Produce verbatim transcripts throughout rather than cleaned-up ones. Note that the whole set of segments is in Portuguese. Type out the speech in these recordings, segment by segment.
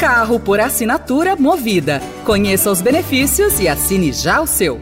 Carro por assinatura Movida. Conheça os benefícios e assine já o seu.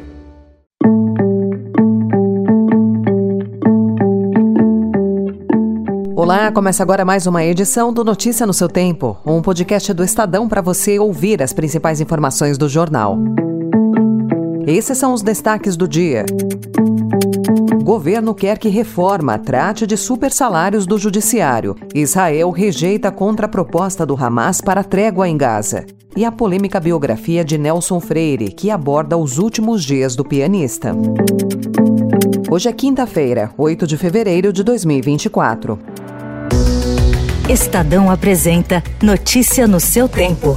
Olá, começa agora mais uma edição do Notícia no seu Tempo, um podcast do Estadão para você ouvir as principais informações do jornal. Esses são os destaques do dia. Governo quer que reforma trate de supersalários do judiciário. Israel rejeita contraproposta do Hamas para trégua em Gaza. E a polêmica biografia de Nelson Freire, que aborda os últimos dias do pianista. Hoje é quinta-feira, oito de fevereiro de dois mil e vinte e quatro. Estadão apresenta Notícia no seu tempo.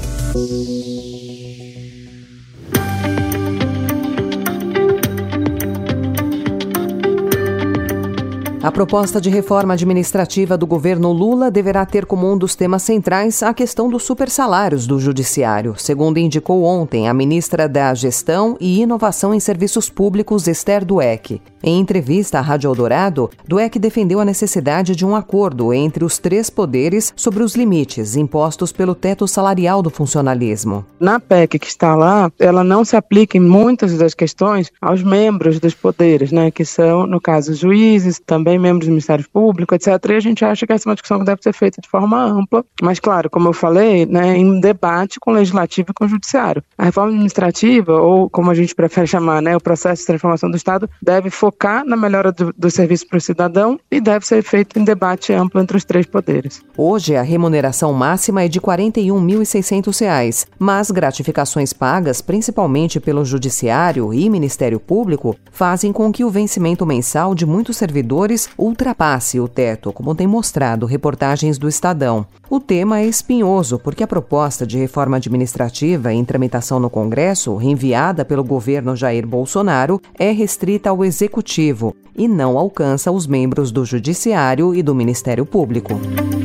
A proposta de reforma administrativa do governo Lula deverá ter como um dos temas centrais a questão dos supersalários do judiciário, segundo indicou ontem a ministra da Gestão e Inovação em Serviços Públicos, Esther Dweck. Em entrevista à Rádio Eldorado, Dweck defendeu a necessidade de um acordo entre os três poderes sobre os limites impostos pelo teto salarial do funcionalismo. Na P E C que está lá, ela não se aplica em muitas das questões aos membros dos poderes, né, que são, no caso, juízes, também membros do Ministério Público, etcétera. E a gente acha que essa é uma discussão que deve ser feita de forma ampla, mas claro, como eu falei, né, em debate com o Legislativo e com o Judiciário. A reforma administrativa, ou como a gente prefere chamar, né, o processo de transformação do Estado, deve focar na melhora do, do serviço para o cidadão e deve ser feito em debate amplo entre os três poderes. Hoje, a remuneração máxima é de quarenta e um mil e seiscentos reais, mas gratificações pagas, principalmente pelo Judiciário e Ministério Público, fazem com que o vencimento mensal de muitos servidores ultrapasse o teto, como tem mostrado reportagens do Estadão. O tema é espinhoso porque a proposta de reforma administrativa em tramitação no Congresso, enviada pelo governo Jair Bolsonaro, é restrita ao Executivo e não alcança os membros do Judiciário e do Ministério Público.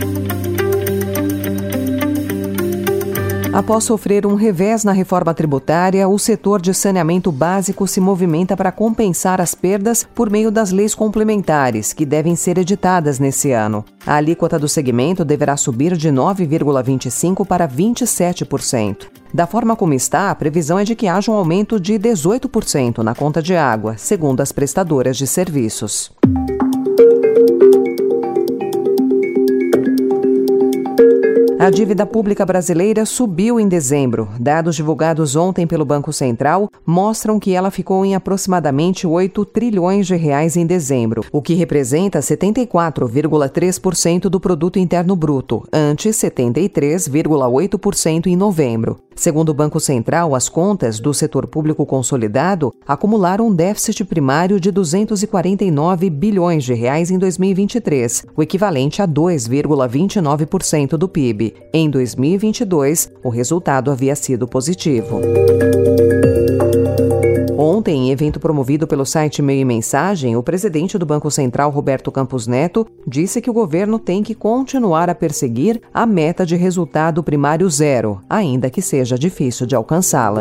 Após sofrer um revés na reforma tributária, o setor de saneamento básico se movimenta para compensar as perdas por meio das leis complementares, que devem ser editadas nesse ano. A alíquota do segmento deverá subir de nove vírgula vinte e cinco por cento para vinte e sete por cento. Da forma como está, a previsão é de que haja um aumento de dezoito por cento na conta de água, segundo as prestadoras de serviços. A dívida pública brasileira subiu em dezembro. Dados divulgados ontem pelo Banco Central mostram que ela ficou em aproximadamente oito trilhões de reais em dezembro, o que representa setenta e quatro vírgula três por cento do produto interno bruto, antes setenta e três vírgula oito por cento em novembro. Segundo o Banco Central, as contas do setor público consolidado acumularam um déficit primário de duzentos e quarenta e nove bilhões de reais em dois mil e vinte e três, o equivalente a dois vírgula vinte e nove por cento do P I B. Em dois mil e vinte e dois, o resultado havia sido positivo. Ontem, em evento promovido pelo site Meio e Mensagem, o presidente do Banco Central, Roberto Campos Neto, disse que o governo tem que continuar a perseguir a meta de resultado primário zero, ainda que seja difícil de alcançá-la.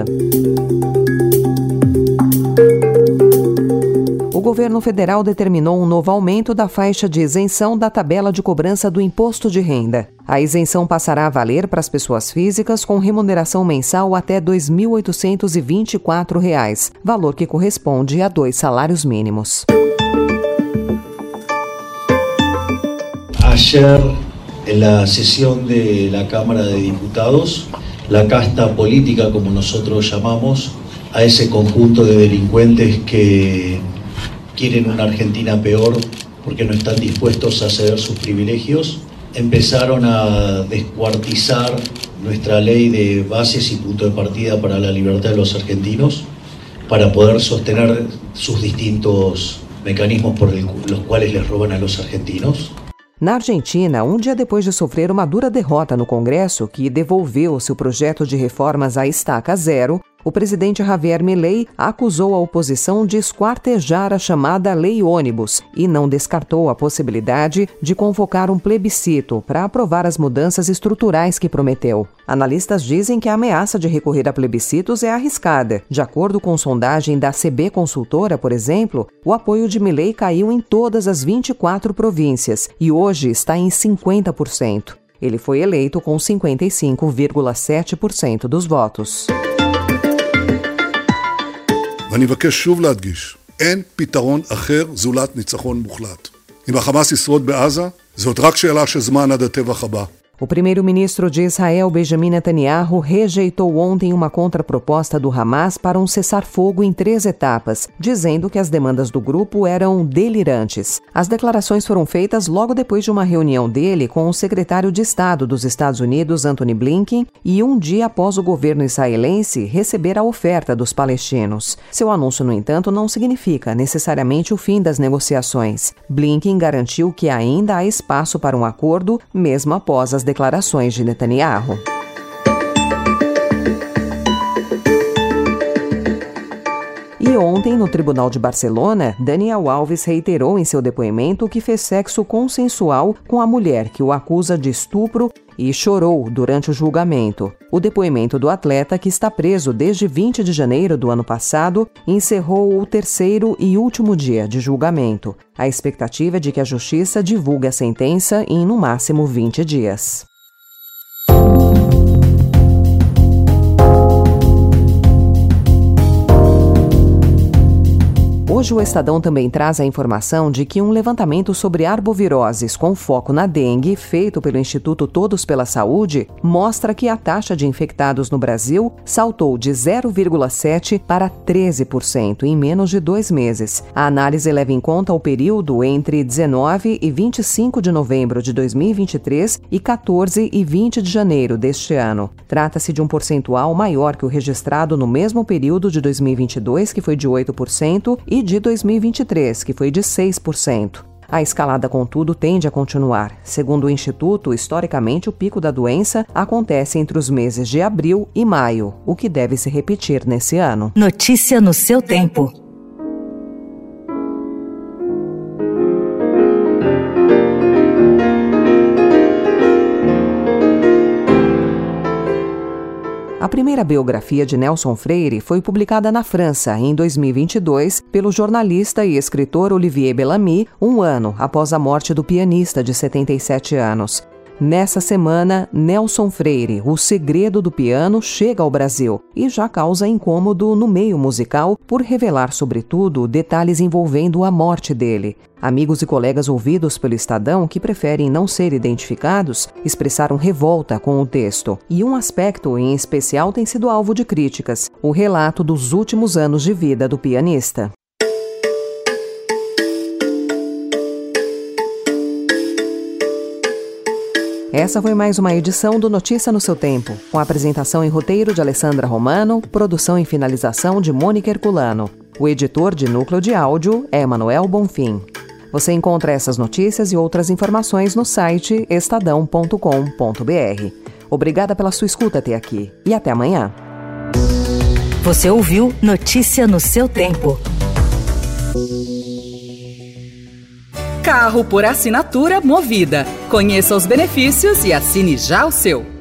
O governo federal determinou um novo aumento da faixa de isenção da tabela de cobrança do imposto de renda. A isenção passará a valer para as pessoas físicas com remuneração mensal até dois mil oitocentos e vinte e quatro reais, valor que corresponde a dois salários mínimos. Ayer, en la sesión de la Cámara de Diputados, la casta política, como nosotros llamamos, a ese conjunto de delincuentes que quieren una Argentina peor porque no están dispuestos a ceder sus privilegios, empezaron a descuartizar nuestra ley de bases y punto de partida para la libertad de los argentinos, para poder sostener sus distintos mecanismos por el, los cuales les roban a los argentinos. Na Argentina, um dia depois de sofrer uma dura derrota no Congresso, que devolveu seu projeto de reformas à estaca zero, o presidente Javier Milei acusou a oposição de esquartejar a chamada Lei Ônibus e não descartou a possibilidade de convocar um plebiscito para aprovar as mudanças estruturais que prometeu. Analistas dizem que a ameaça de recorrer a plebiscitos é arriscada. De acordo com sondagem da C B Consultora, por exemplo, o apoio de Milei caiu em todas as vinte e quatro províncias e hoje está em cinquenta por cento. Ele foi eleito com cinquenta e cinco vírgula sete por cento dos votos. ואני מבקש שוב להדגיש, אין פתרון אחר זולת ניצחון מוחלט. אם החמאס ישרוד בעזה, זאת רק שאלה של זמן עד הטבח הבא. O primeiro-ministro de Israel, Benjamin Netanyahu, rejeitou ontem uma contraproposta do Hamas para um cessar-fogo em três etapas, dizendo que as demandas do grupo eram delirantes. As declarações foram feitas logo depois de uma reunião dele com o secretário de Estado dos Estados Unidos, Antony Blinken, e um dia após o governo israelense receber a oferta dos palestinos. Seu anúncio, no entanto, não significa necessariamente o fim das negociações. Blinken garantiu que ainda há espaço para um acordo, mesmo após as declarações de Netanyahu. E ontem, no Tribunal de Barcelona, Daniel Alves reiterou em seu depoimento que fez sexo consensual com a mulher que o acusa de estupro e chorou durante o julgamento. O depoimento do atleta, que está preso desde vinte de janeiro do ano passado, encerrou o terceiro e último dia de julgamento. A expectativa é de que a Justiça divulgue a sentença em, no máximo, vinte dias. Hoje o Estadão também traz a informação de que um levantamento sobre arboviroses com foco na dengue, feito pelo Instituto Todos pela Saúde, mostra que a taxa de infectados no Brasil saltou de zero vírgula sete por cento para treze por cento em menos de dois meses. A análise leva em conta o período entre dezenove e vinte e cinco de novembro de dois mil e vinte e três e quatorze e vinte de janeiro deste ano. Trata-se de um percentual maior que o registrado no mesmo período de dois mil e vinte e dois, que foi de oito por cento, e de dois mil e vinte e três, que foi de seis por cento. A escalada, contudo, tende a continuar. Segundo o Instituto, historicamente, o pico da doença acontece entre os meses de abril e maio, o que deve se repetir nesse ano. Notícia no seu tempo. A primeira biografia de Nelson Freire foi publicada na França, em dois mil e vinte e dois, pelo jornalista e escritor Olivier Bellamy, um ano após a morte do pianista de setenta e sete anos. Nessa semana, Nelson Freire, o segredo do piano, chega ao Brasil e já causa incômodo no meio musical por revelar, sobretudo, detalhes envolvendo a morte dele. Amigos e colegas ouvidos pelo Estadão, que preferem não ser identificados, expressaram revolta com o texto. E um aspecto em especial tem sido alvo de críticas: o relato dos últimos anos de vida do pianista. Essa foi mais uma edição do Notícia no seu Tempo, com a apresentação e roteiro de Alessandra Romano, produção e finalização de Mônica Herculano. O editor de núcleo de áudio é Emanuel Bonfim. Você encontra essas notícias e outras informações no site estadão ponto com ponto br. Obrigada pela sua escuta até aqui e até amanhã. Você ouviu Notícia no seu Tempo. Carro por assinatura Movida. Conheça os benefícios e assine já o seu.